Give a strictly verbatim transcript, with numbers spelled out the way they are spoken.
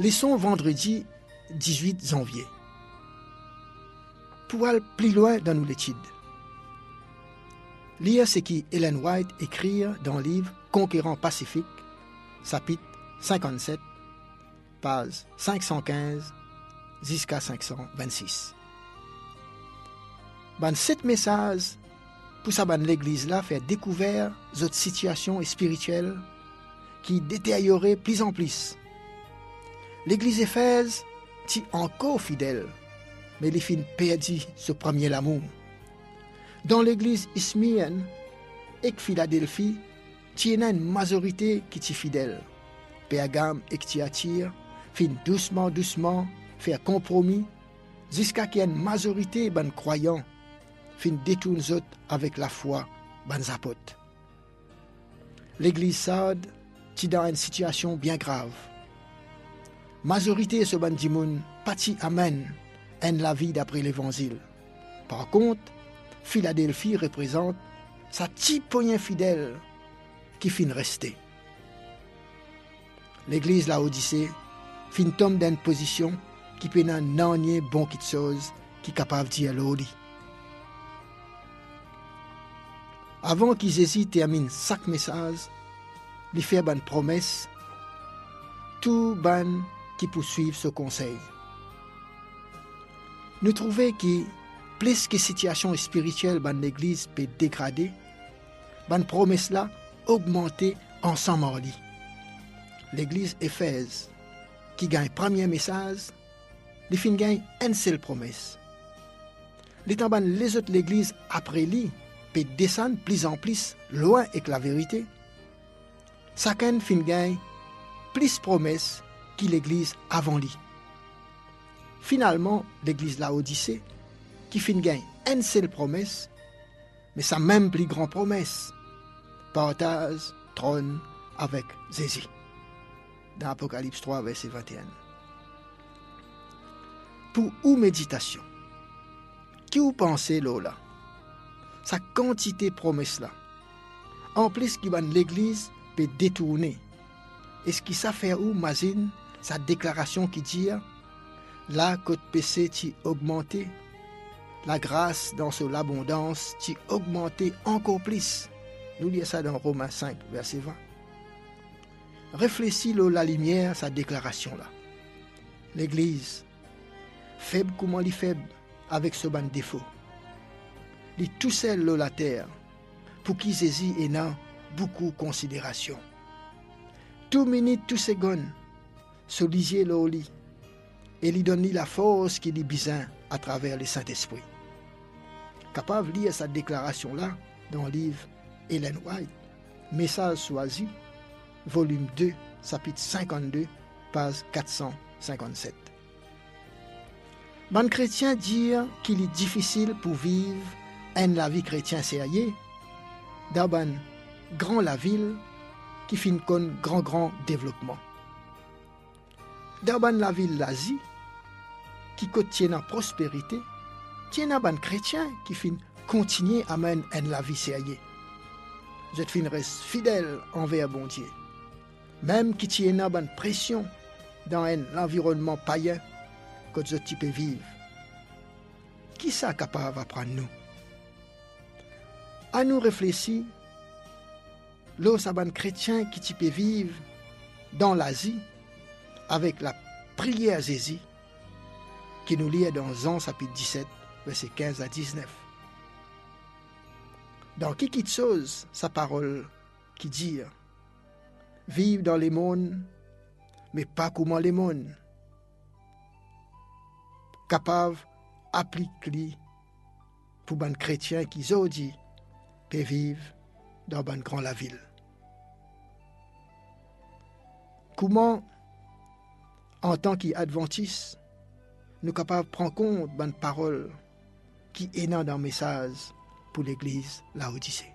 Leçon vendredi dix-huit janvier. Pour aller plus loin dans nos études, lire ce qui Ellen White écrit dans le livre Conquérant Pacifique, chapitre cinquante-sept, page cinq cent quinze jusqu'à cinq cent vingt-six. Dans sept messages, pour ça, l'Église là fait découvrir cette situation spirituelle qui détériorait plus en plus. L'Église Éphèse est encore fidèle, mais les fins perdu ce premier amour. Dans l'Église ismienne et Philadelphie, il y a une majorité qui est fidèle. Pergame et Thyatire fin doucement, doucement faire compromis jusqu'à qu'il y ait une majorité de croyants fin détourne autres avec la foi des apôtres. L'Église Sarde est dans une situation bien grave. Majorité de ce bandimoun pati amène en la vie d'après l'Évangile. Par contre, Philadelphie représente sa petit poignée fidèle qui fin rester. L'Église Laodicée fin tombe dans une position qui peut n'en bon quelque chose qui est capable de dire l'oli. Avant qu'ils hésitent termine chaque message, ils font une promesse, tout ban qui poursuivent ce conseil. Nous trouvons que plus que situation spirituelle dans l'Église peut dégrader, ban promesse là augmenter ensemble en lit. L'Église Éphèse qui gagne premier message, les fin gagne une seule promesse. Les temps les autres l'Église après lui peut descendre plus en plus loin avec la vérité. Chacun fin gagne plus promesses que l'Église avant lui. Finalement, l'Église Laodicée qui fin gagne une seule promesse, mais sa même plus grande promesse, partage trône avec Jésus. Dans Apocalypse trois, verset vingt et un. Pour ou méditation, qui vous pensez là, sa quantité de promesses là, en plus qui l'Église peut détourner, et ce qui s'affaire ou mazine, sa déclaration qui dit la côte péché qui augmenté, la grâce dans son abondance qui augmenté encore plus. Nous lisons ça dans Romains cinq, verset vingt. Réfléchis la lumière, sa déclaration là. L'Église, faible comment elle est faible, avec ce ban défaut. Il tout seul la terre, pour qui Jésus est dans beaucoup de considération. Tout minute, tout seconde, se lisier le lit, et lui donne la force qu'il a besoin à travers le Saint-Esprit. Capable de lire cette déclaration-là dans le livre Ellen White, Message choisi, volume deux, chapitre cinquante-deux, page quatre cent cinquante-sept. Ban chrétien dire qu'il est difficile pour vivre en la vie chrétienne sérieux dans ban grand la ville qui fin con grand grand développement. Dans ban la ville l'Asie qui contient en prospérité, tient un ban chrétien qui fin continuer à mener en la vie sérieux. Je fin reste fidèle envers bon Dieu. Même qui tient une bonne pression dans un environnement païen que je peux vivre. Qui ça capable d'apprendre nous? À nous réfléchir, l'eau saban chrétien qui tu peux vivre dans l'Asie avec la prière Jésus qui nous lit dans Jean chapitre dix-sept, verset quinze à dix-neuf. Dans qui quitte chose sa parole qui dit vivre dans les mondes, mais pas comment les mondes. Capable d'appliquer pour les chrétiens qui ont dit peut vivre dans une grande la ville. Comment, en tant qu'adventistes, nous sommes capables de prendre compte de la parole qui est dans le message pour l'Église Laodicée.